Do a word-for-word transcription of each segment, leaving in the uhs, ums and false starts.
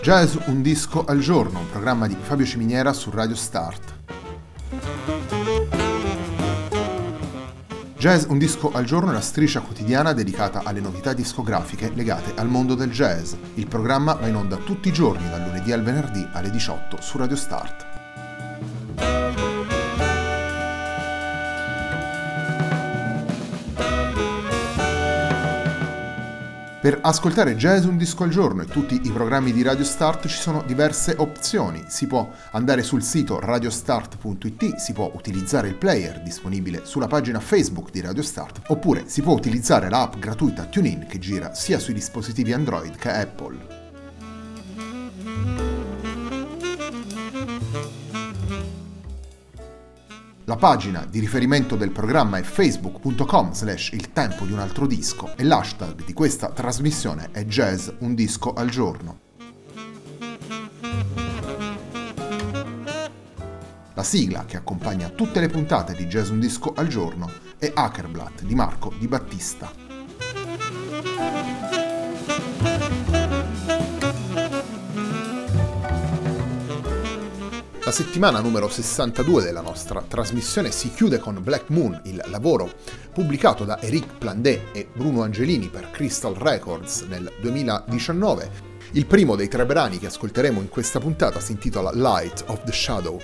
Jazz un disco al giorno, un programma di Fabio Ciminiera su Radio Start. Jazz un disco al giorno è la striscia quotidiana dedicata alle novità discografiche legate al mondo del jazz. Il programma va in onda tutti i giorni, dal lunedì al venerdì alle diciotto su Radio Start. Per ascoltare Jazz un disco al giorno e tutti i programmi di Radio Start ci sono diverse opzioni. Si può andare sul sito radiostart punto it, si può utilizzare il player disponibile sulla pagina Facebook di Radio Start, oppure si può utilizzare l'app gratuita TuneIn che gira sia sui dispositivi Android che Apple. La pagina di riferimento del programma è facebook punto com slash il tempo di un altro disco e l'hashtag di questa trasmissione è Jazz un disco al giorno. La sigla che accompagna tutte le puntate di Jazz un disco al giorno è Hackerblatt di Marco Di Battista. La settimana numero sessantadue della nostra trasmissione si chiude con Black Moon, il lavoro pubblicato da Eric Plandé e Bruno Angelini per Crystal Records nel duemiladiciannove. Il primo dei tre brani che ascolteremo in questa puntata si intitola Light of the Shadow.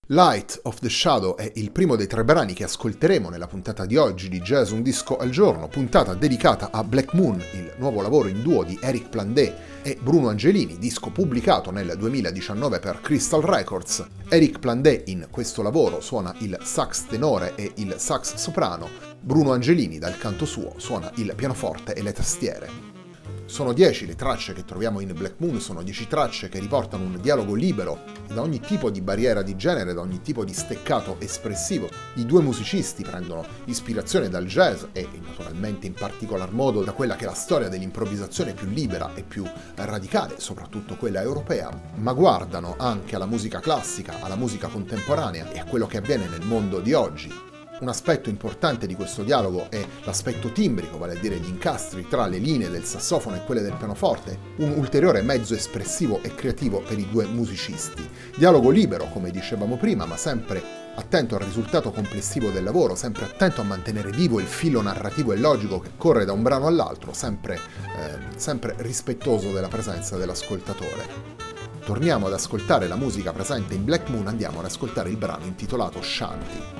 Light of the Shadow è il primo dei tre brani che ascolteremo nella puntata di oggi di Jazz Un Disco al Giorno, puntata dedicata a Black Moon, il nuovo lavoro in duo di Eric Plandé e Bruno Angelini, disco pubblicato nel duemiladiciannove per Crystal Records. Eric Plandé in questo lavoro suona il sax tenore e il sax soprano, Bruno Angelini dal canto suo suona il pianoforte e le tastiere. Sono dieci le tracce che troviamo in Black Moon, sono dieci tracce che riportano un dialogo libero da ogni tipo di barriera di genere, da ogni tipo di steccato espressivo. I due musicisti prendono ispirazione dal jazz e naturalmente in particolar modo da quella che è la storia dell'improvvisazione più libera e più radicale, soprattutto quella europea, ma guardano anche alla musica classica, alla musica contemporanea e a quello che avviene nel mondo di oggi. Un aspetto importante di questo dialogo è l'aspetto timbrico, vale a dire gli incastri tra le linee del sassofono e quelle del pianoforte, un ulteriore mezzo espressivo e creativo per i due musicisti. Dialogo libero, come dicevamo prima, ma sempre attento al risultato complessivo del lavoro, sempre attento a mantenere vivo il filo narrativo e logico che corre da un brano all'altro, sempre, eh, sempre rispettoso della presenza dell'ascoltatore. Torniamo ad ascoltare la musica presente in Black Moon, andiamo ad ascoltare il brano intitolato Shanti.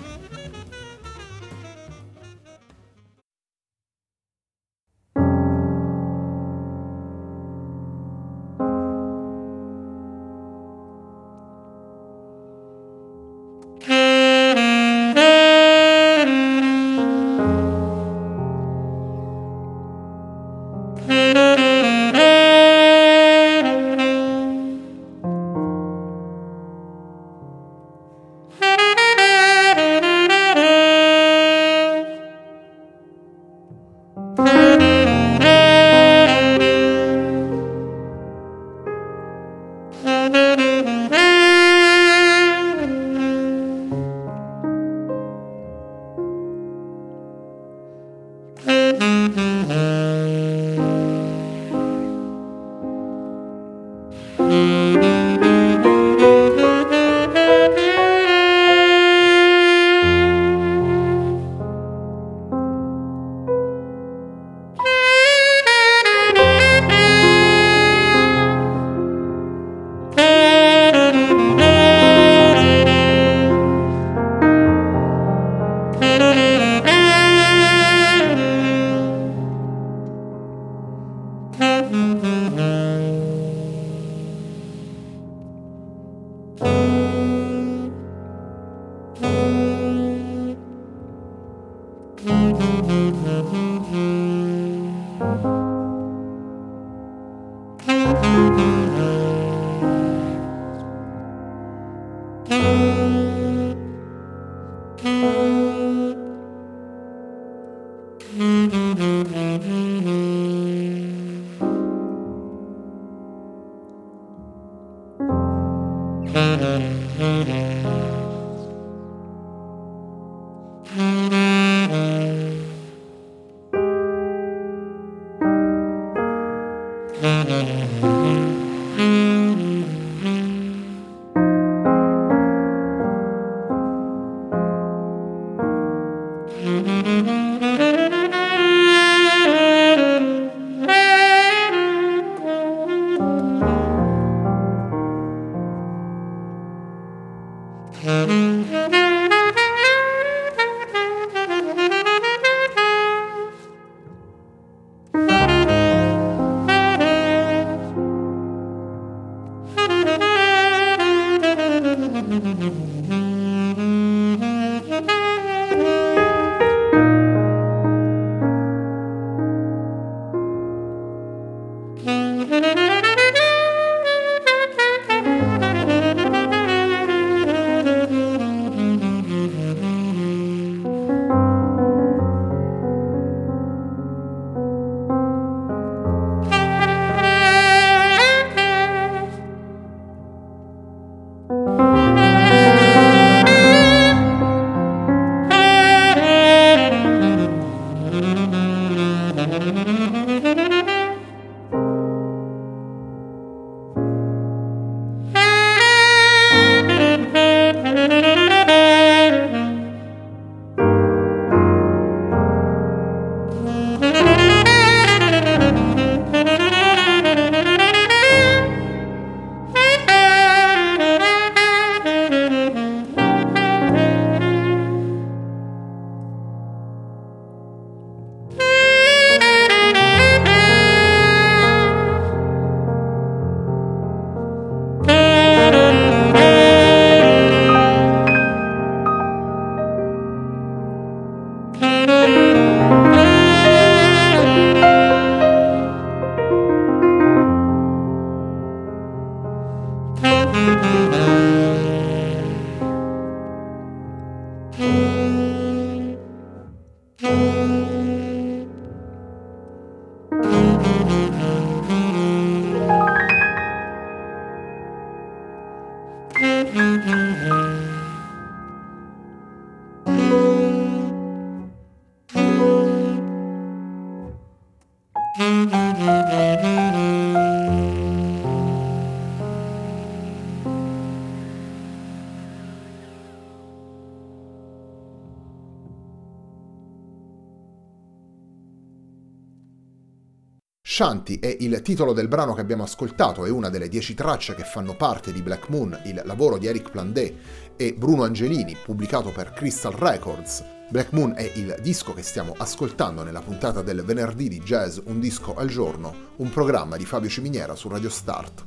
Shanti è il titolo del brano che abbiamo ascoltato, è una delle dieci tracce che fanno parte di Black Moon, il lavoro di Eric Plandé e Bruno Angelini, pubblicato per Crystal Records. Black Moon è il disco che stiamo ascoltando nella puntata del venerdì di Jazz Un Disco al Giorno, un programma di Fabio Ciminiera su Radio Start.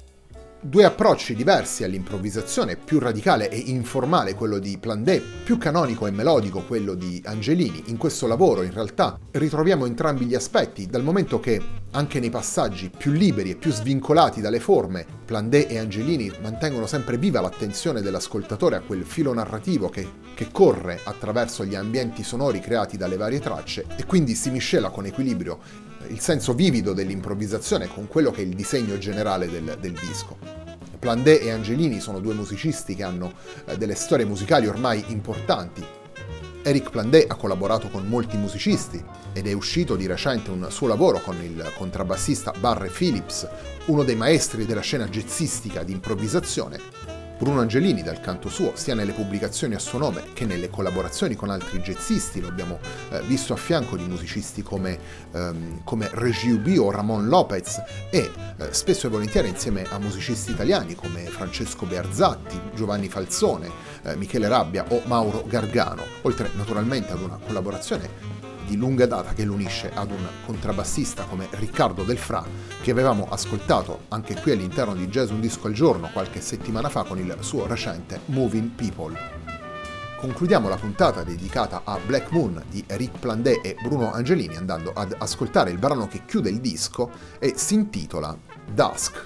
Due approcci diversi all'improvvisazione, più radicale e informale quello di Plandé, più canonico e melodico quello di Angelini. In questo lavoro in realtà ritroviamo entrambi gli aspetti, dal momento che anche nei passaggi più liberi e più svincolati dalle forme, Plandé e Angelini mantengono sempre viva l'attenzione dell'ascoltatore a quel filo narrativo che, che corre attraverso gli ambienti sonori creati dalle varie tracce e quindi si miscela con equilibrio il senso vivido dell'improvvisazione con quello che è il disegno generale del, del disco. Plandé e Angelini sono due musicisti che hanno eh, delle storie musicali ormai importanti. Eric Plandé ha collaborato con molti musicisti ed è uscito di recente un suo lavoro con il contrabbassista Barry Phillips, uno dei maestri della scena jazzistica di improvvisazione. Bruno Angelini, dal canto suo, sia nelle pubblicazioni a suo nome che nelle collaborazioni con altri jazzisti, lo abbiamo eh, visto a fianco di musicisti come, ehm, come Reggie Ubi o Ramon Lopez e eh, spesso e volentieri insieme a musicisti italiani come Francesco Bearzatti, Giovanni Falzone, eh, Michele Rabbia o Mauro Gargano, oltre naturalmente ad una collaborazione di lunga data che lo unisce ad un contrabbassista come Riccardo Del Fra, che avevamo ascoltato anche qui all'interno di Jazz Un Disco al Giorno qualche settimana fa con il suo recente Moving People. Concludiamo la puntata dedicata a Black Moon di Eric Plandé e Bruno Angelini andando ad ascoltare il brano che chiude il disco e si intitola Dusk.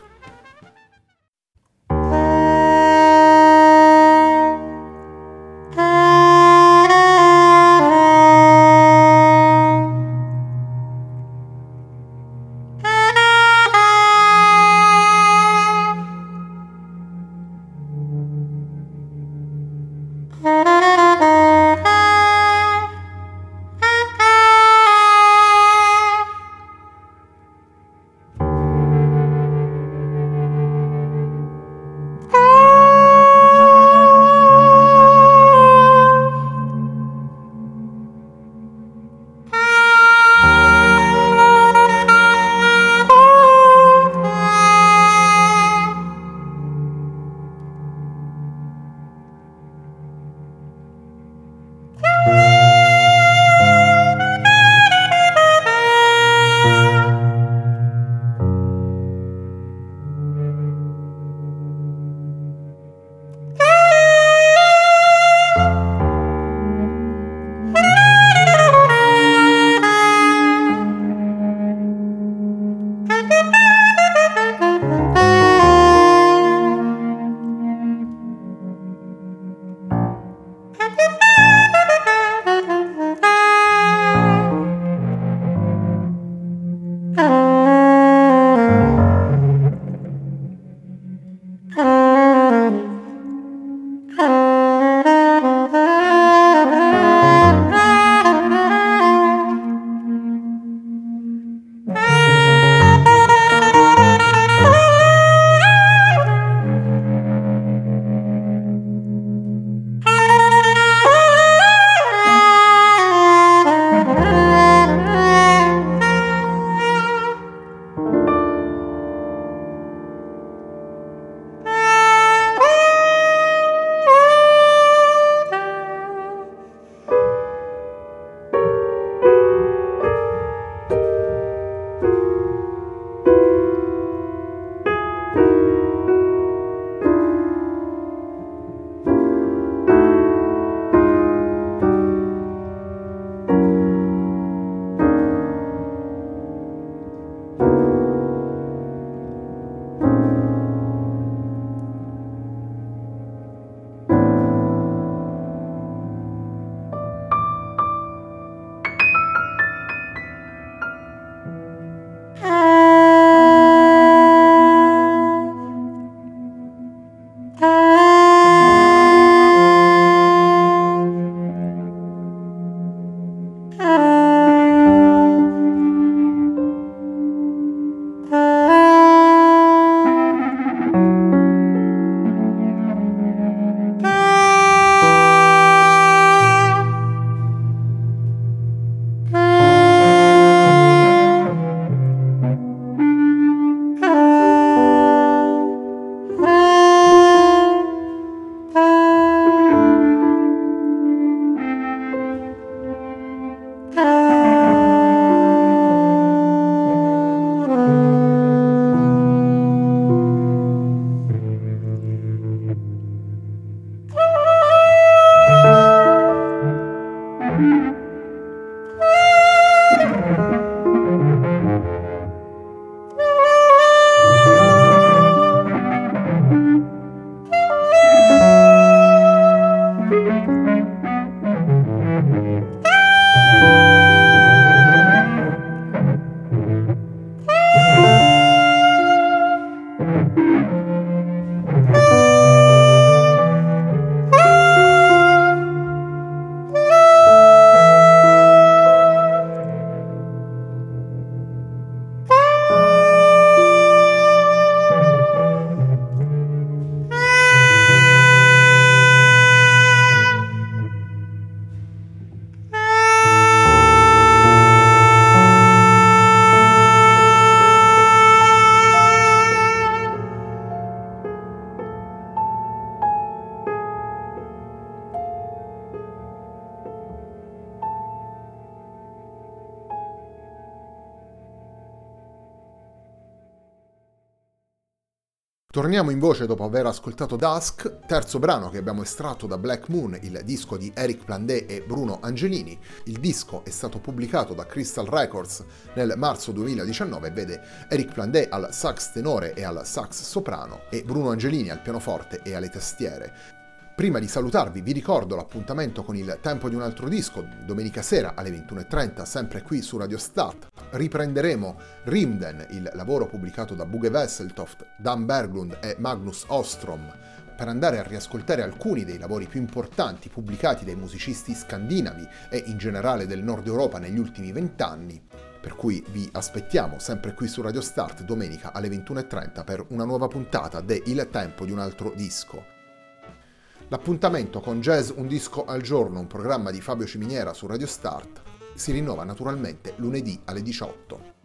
Torniamo in voce dopo aver ascoltato Dusk, terzo brano che abbiamo estratto da Black Moon, il disco di Eric Plandé e Bruno Angelini. Il disco è stato pubblicato da Crystal Records nel marzo duemiladiciannove e vede Eric Plandé al sax tenore e al sax soprano e Bruno Angelini al pianoforte e alle tastiere. Prima di salutarvi vi ricordo l'appuntamento con Il tempo di un altro disco, domenica sera alle ventuno e trenta, sempre qui su Radio Start. Riprenderemo Rimden, il lavoro pubblicato da Bugge Wesseltoft, Dan Berglund e Magnus Ostrom, per andare a riascoltare alcuni dei lavori più importanti pubblicati dai musicisti scandinavi e in generale del Nord Europa negli ultimi vent'anni. Per cui vi aspettiamo sempre qui su Radio Start domenica alle ventuno e trenta per una nuova puntata de Il tempo di un altro disco. L'appuntamento con Jazz Un Disco al Giorno, un programma di Fabio Ciminiera su Radio Start, si rinnova naturalmente lunedì alle diciotto.